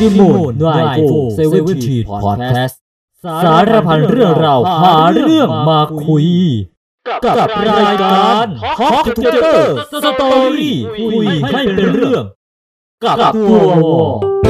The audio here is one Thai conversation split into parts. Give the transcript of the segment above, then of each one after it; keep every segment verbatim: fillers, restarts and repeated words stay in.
รีโมทไนโฟเซเว่นทีพอดแคสต์สารพันเรื่องราวหาเรื่องมาคุยกับรายการทอล์กทูเกเตอร์สตอรี่คุยให้เป็นเรื่องกับตัววอ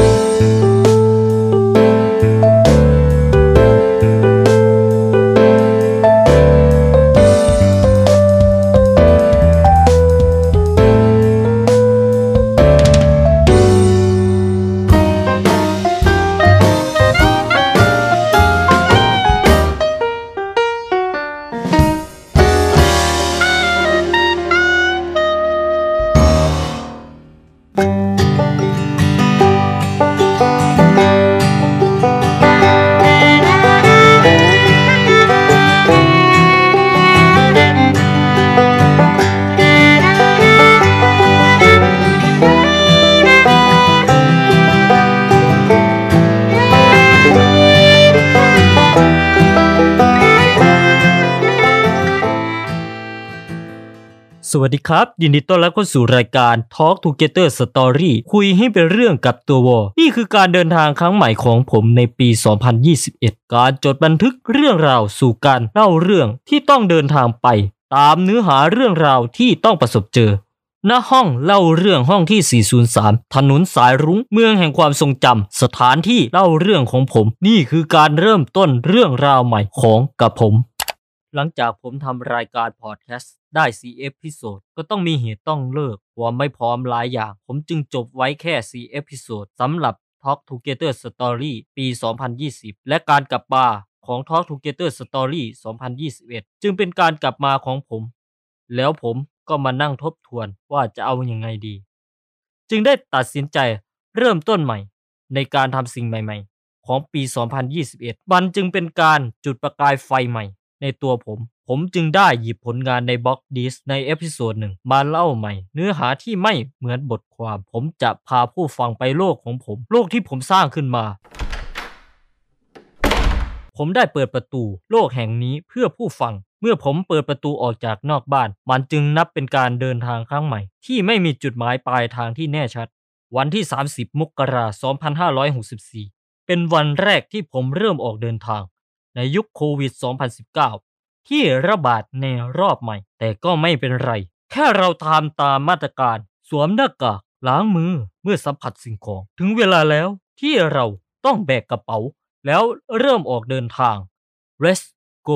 สวัสดีครับยินดีต้อนรับเข้าสู่รายการ Talk Together Story คุยให้เป็นเรื่องกับตัววอนี่คือการเดินทางครั้งใหม่ของผมในปี สองพันยี่สิบเอ็ด การจดบันทึกเรื่องราวสู่การเล่าเรื่องที่ต้องเดินทางไปตามเนื้อหาเรื่องราวที่ต้องประสบเจอณห้องเล่าเรื่องห้องที่ สี่ศูนย์สาม ถนนสายรุ้งเมืองแห่งความทรงจำสถานที่เล่าเรื่องของผมนี่คือการเริ่มต้นเรื่องราวใหม่ของกับผมหลังจากผมทำรายการพอดแคสต์ได้สี่เอพิโซดก็ต้องมีเหตุต้องเลิกความไม่พร้อมหลายอย่างผมจึงจบไว้แค่สี่เอพิโซดสำหรับ Talk Together Story ปี สองพันยี่สิบและการกลับมาของ Talk Together Story สองพันยี่สิบเอ็ดจึงเป็นการกลับมาของผมแล้วผมก็มานั่งทบทวนว่าจะเอายังไงดีจึงได้ตัดสินใจเริ่มต้นใหม่ในการทำสิ่งใหม่ๆของปี สองพันยี่สิบเอ็ดมันจึงเป็นการจุดประกายไฟใหม่ในตัวผมผมจึงได้หยิบผลงานในบล็อกดิสในเอพิโซดหนึ่งมาเล่าใหม่เนื้อหาที่ไม่เหมือนบทความผมจะพาผู้ฟังไปโลกของผมโลกที่ผมสร้างขึ้นมาผมได้เปิดประตูโลกแห่งนี้เพื่อผู้ฟังเมื่อผมเปิดประตูออกจากนอกบ้านมันจึงนับเป็นการเดินทางครั้งใหม่ที่ไม่มีจุดหมายปลายทางที่แน่ชัดวันที่สามสิบมกราคมสองพันห้าร้อยหกสิบสี่เป็นวันแรกที่ผมเริ่มออกเดินทางในยุคโควิด สองพันสิบเก้าที่ระบาดในรอบใหม่แต่ก็ไม่เป็นไรแค่เราทำตามมาตรการสวมหน้ากากล้างมือเมื่อสัมผัสสิ่งของถึงเวลาแล้วที่เราต้องแบกกระเป๋าแล้วเริ่มออกเดินทาง Let's go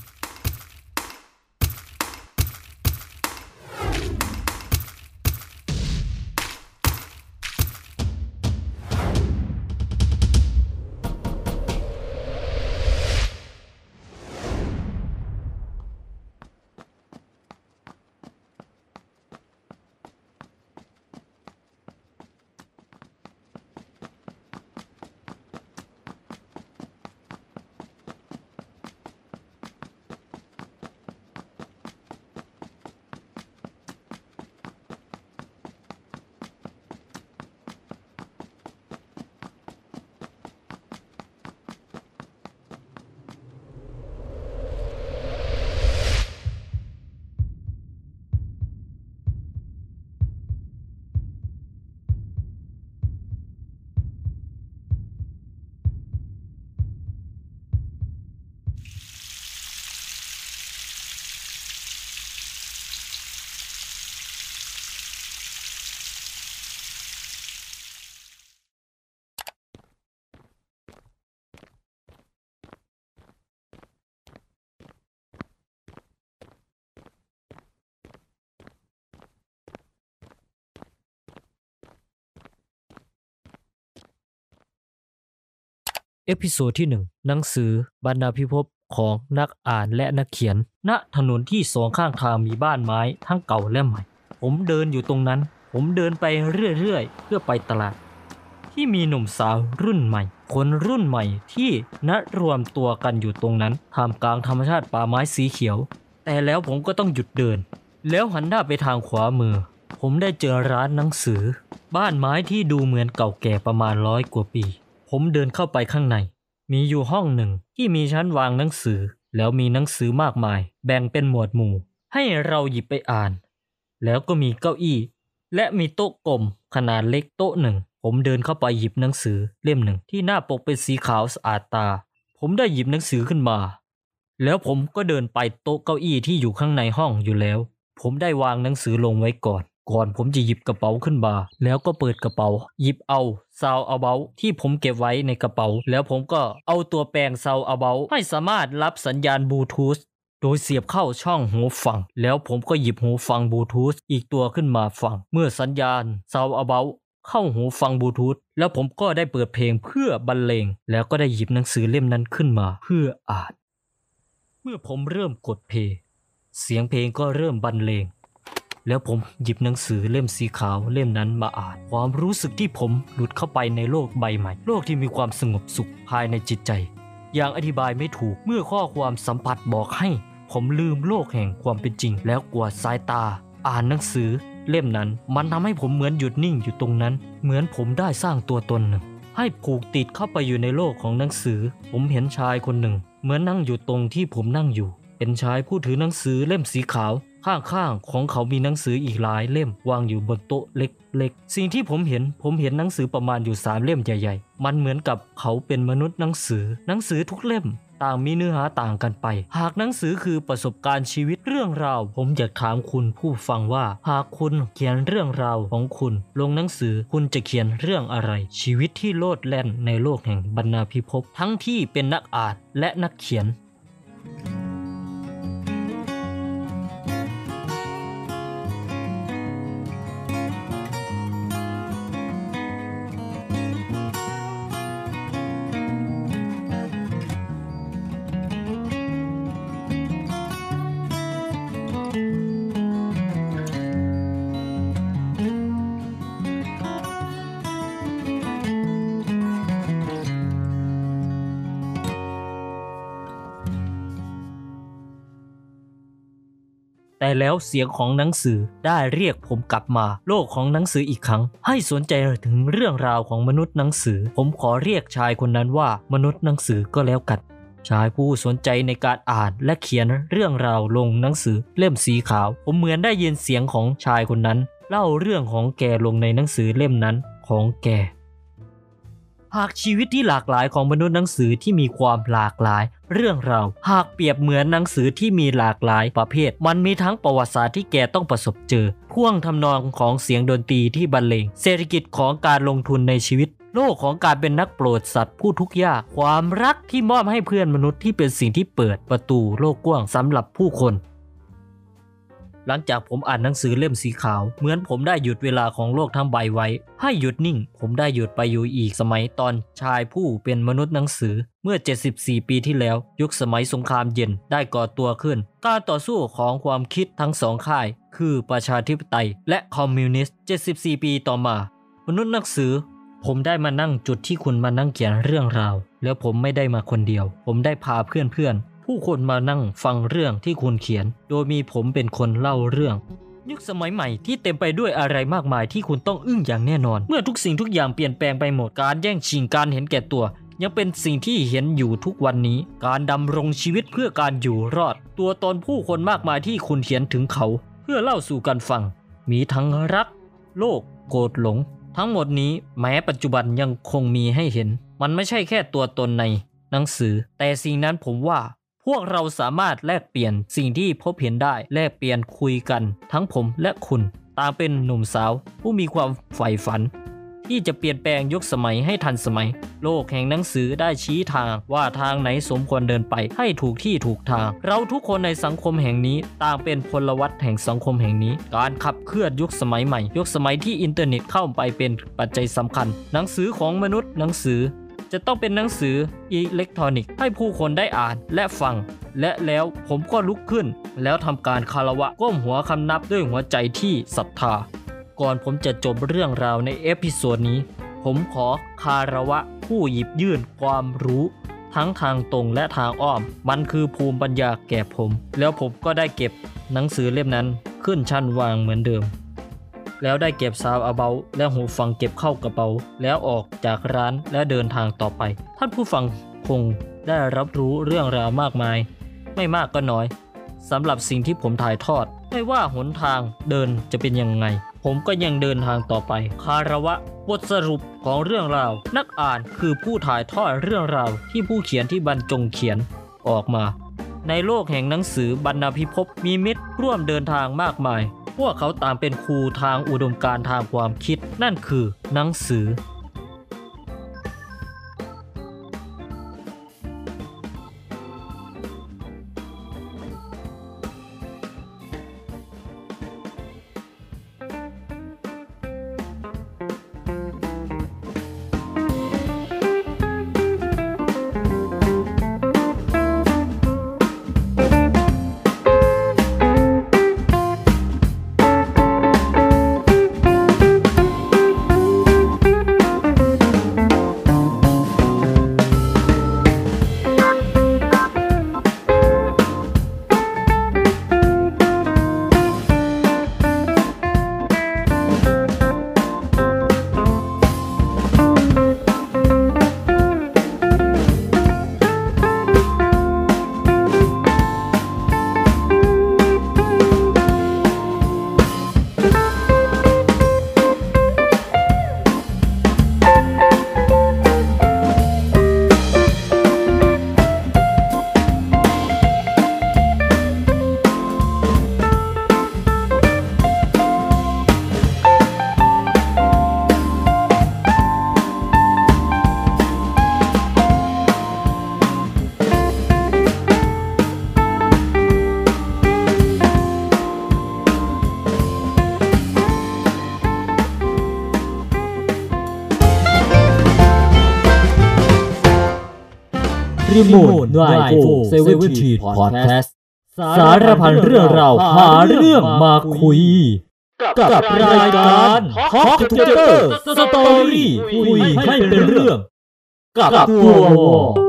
เอพิโซดที่หนึ่งหนังสือบรรณาภิภพของนักอ่านและนักเขียนณถนนที่สองข้างทางมีบ้านไม้ทั้งเก่าและใหม่ผมเดินอยู่ตรงนั้นผมเดินไปเรื่อยๆเพื่อไปตลาดที่มีหนุ่มสาวรุ่นใหม่คนรุ่นใหม่ที่นัดรวมตัวกันอยู่ตรงนั้นท่ามกลางธรรมชาติป่าไม้สีเขียวแต่แล้วผมก็ต้องหยุดเดินแล้วหันหน้าไปทางขวามือผมได้เจอร้านหนังสือบ้านไม้ที่ดูเหมือนเก่าแก่ประมาณร้อยกว่าปีผมเดินเข้าไปข้างในมีอยู่ห้องหนึ่งที่มีชั้นวางหนังสือแล้วมีหนังสือมากมายแบ่งเป็นหมวดหมู่ให้เราหยิบไปอ่านแล้วก็มีเก้าอี้และมีโต๊ะกลมขนาดเล็กโต๊ะหนึ่งผผมเดินเข้าไปหยิบหนังสือเล่มหนึ่งที่หน้าปกเป็นสีขาวสะอาดตาผมได้หยิบหนังสือขึ้นมาแล้วผมก็เดินไปโต๊ะเก้าอี้ที่อยู่ข้างในห้องอยู่แล้วผมได้วางหนังสือลงไว้ก่อนก่อนผมจะหยิบกระเป๋าขึ้นมาแล้วก็เปิดกระเป๋าหยิบเอาซาวเอาเบาที่ผมเก็บไว้ในกระเป๋าแล้วผมก็เอาตัวแปลงซาวเอาเบาให้สามารถรับสัญญาณบลูทูธโดยเสียบเข้าช่องหูฟังแล้วผมก็หยิบหูฟังบลูทูธอีกตัวขึ้นมาฟังเมื่อสัญญาณซาวเอาเบาเข้าหูฟังบลูทูธแล้วผมก็ได้เปิดเพลงเพื่อบรรเลงแล้วก็ได้หยิบหนังสือเล่มนั้นขึ้นมาเพื่ออ่านเมื่อผมเริ่มกดเพลงเสียงเพลงก็เริ่มบรรเลงแล้วผมหยิบหนังสือเล่มสีขาวเล่มนั้นมาอ่านความรู้สึกที่ผมหลุดเข้าไปในโลกใบใหม่โลกที่มีความสงบสุขภายในจิตใจอย่างอธิบายไม่ถูกเมื่อข้อความสัมผัสบอกให้ผมลืมโลกแห่งความเป็นจริงแล้วกวาดสายตาอ่านหนังสือเล่มนั้นมันทำให้ผมเหมือนหยุดนิ่งอยู่ตรงนั้นเหมือนผมได้สร้างตัวตนหนึ่งให้ผูกติดเข้าไปอยู่ในโลกของหนังสือผมเห็นชายคนหนึ่งเหมือนนั่งอยู่ตรงที่ผมนั่งอยู่เป็นชายผู้ถือหนังสือเล่มสีขาวข้างๆของเขามีหนังสืออีกหลายเล่มวางอยู่บนโต๊ะเล็กๆสิ่งที่ผมเห็นผมเห็นหนังสือประมาณอยู่สามเล่มใหญ่ๆมันเหมือนกับเขาเป็นมนุษย์หนังสือหนังสือทุกเล่มต่างมีเนื้อหาต่างกันไปหากหนังสือคือประสบการณ์ชีวิตเรื่องราวผมอยากถามคุณผู้ฟังว่าหากคุณเขียนเรื่องราวของคุณลงหนังสือคุณจะเขียนเรื่องอะไรชีวิตที่โลดแล่นในโลกแห่งบรรณาภิภพทั้งที่เป็นนักอ่านและนักเขียนแต่แล้วเสียงของหนังสือได้เรียกผมกลับมาโลกของหนังสืออีกครั้งให้สนใจถึงเรื่องราวของมนุษย์หนังสือผมขอเรียกชายคนนั้นว่ามนุษย์หนังสือก็แล้วกันชายผู้สนใจในการอ่านและเขียนเรื่องราวลงหนังสือเล่มสีขาวผมเหมือนได้ยินเสียงของชายคนนั้นเล่าเรื่องของแกลงในหนังสือเล่มนั้นของแกหากชีวิตที่หลากหลายของมนุษย์หนังสือที่มีความหลากหลายเรื่องราวหากเปรียบเหมือนหนังสือที่มีหลากหลายประเภทมันมีทั้งประวัติศาสตร์ที่แกต้องประสบเจอท่วงทำนองของเสียงดนตรีที่บรรเลงเศรษฐกิจของการลงทุนในชีวิตโลกของการเป็นนักโปรดสัตว์ผู้ทุกข์ยากความรักที่มอบให้เพื่อนมนุษย์ที่เป็นสิ่งที่เปิดประตูโลกกว้างสำหรับผู้คนหลังจากผมอ่านหนังสือเล่มสีขาวเหมือนผมได้หยุดเวลาของโลกทั้งใบไว้ให้หยุดนิ่งผมได้หยุดไปอยู่อีกสมัยตอนชายผู้เป็นมนุษย์หนังสือเมื่อเจ็ดสิบสี่ปีที่แล้วยุคสมัยสงครามเย็นได้ก่อตัวขึ้นการต่อสู้ของความคิดทั้งสองค่ายคือประชาธิปไตยและคอมมิวนิสต์เจ็ดสิบสี่ปีต่อมามนุษย์หนังสือผมได้มานั่งจุดที่คุณมานั่งเขียนเรื่องราวแล้วผมไม่ได้มาคนเดียวผมได้พาเพื่อนๆผู้คนมานั่งฟังเรื่องที่คุณเขียนโดยมีผมเป็นคนเล่าเรื่องยุคสมัยใหม่ที่เต็มไปด้วยอะไรมากมายที่คุณต้องอึ้งอย่างแน่นอนเมื่อทุกสิ่งทุกอย่างเปลี่ยนแปลงไปหมดการแย่งชิงการเห็นแก่ตัวยังเป็นสิ่งที่เห็นอยู่ทุกวันนี้การดำรงชีวิตเพื่อการอยู่รอดตัวตนผู้คนมากมายที่คุณเขียนถึงเขาเพื่อเล่าสู่กันฟังมีทั้งรักโลภโกรธหลงทั้งหมดนี้แม้ปัจจุบันยังคงมีให้เห็นมันไม่ใช่แค่ตัวตนในหนังสือแต่สิ่งนั้นผมว่าพวกเราสามารถแลกเปลี่ยนสิ่งที่พบเห็นได้แลกเปลี่ยนคุยกันทั้งผมและคุณต่างเป็นหนุ่มสาวผู้มีความใฝ่ฝันที่จะเปลี่ยนแปลงยุคสมัยให้ทันสมัยโลกแห่งหนังสือได้ชี้ทางว่าทางไหนสมควรเดินไปให้ถูกที่ถูกทางเราทุกคนในสังคมแห่งนี้ต่างเป็นพลวัตแห่งสังคมแห่งนี้การขับเคลื่อนยุคสมัยใหม่ยุคสมัยที่อินเทอร์เน็ตเข้าไปเป็นปัจจัยสำคัญหนังสือของมนุษย์หนังสือจะต้องเป็นหนังสืออิเล็กทรอนิกส์ให้ผู้คนได้อ่านและฟังและแล้วผมก็ลุกขึ้นแล้วทำการคารวะก้มหัวคำนับด้วยหัวใจที่ศรัทธาก่อนผมจะจบเรื่องราวในเอพิโซดนี้ผมขอคารวะผู้หยิบยื่นความรู้ทั้งทางตรงและทางอ้อมมันคือภูมิปัญญาแก่ผมแล้วผมก็ได้เก็บหนังสือเล่มนั้นขึ้นชั้นวางเหมือนเดิมแล้วได้เก็บซาวด์เบาและหูฟังเก็บเข้ากระเป๋าแล้วออกจากร้านและเดินทางต่อไปท่านผู้ฟังคงได้รับรู้เรื่องราวมากมายไม่มากก็น้อยสำหรับสิ่งที่ผมถ่ายทอดไม่ว่าหนทางเดินจะเป็นยังไงผผมก็ยังเดินทางต่อไปคาระวะบทสรุปของเรื่องราวนักอ่านคือผู้ถ่ายทอดเรื่องราวที่ผู้เขียนที่บรรจงเขียนออกมาในโลกแห่งหนังสือบรรณาภิภพมีมิตรร่วมเดินทางมากมายพวกเขาต่างเป็นครูทางอุดมการณ์ทางความคิดนั่นคือหนังสือรีโมทไนโฟเซเว่นทีพอดแคสต์สารพันเรื่องราวหาเรื่องมาคุยกับรายการทอล์กทูเกเตอร์สตอรี่คุยให้เป็นเรื่องกับตัววอ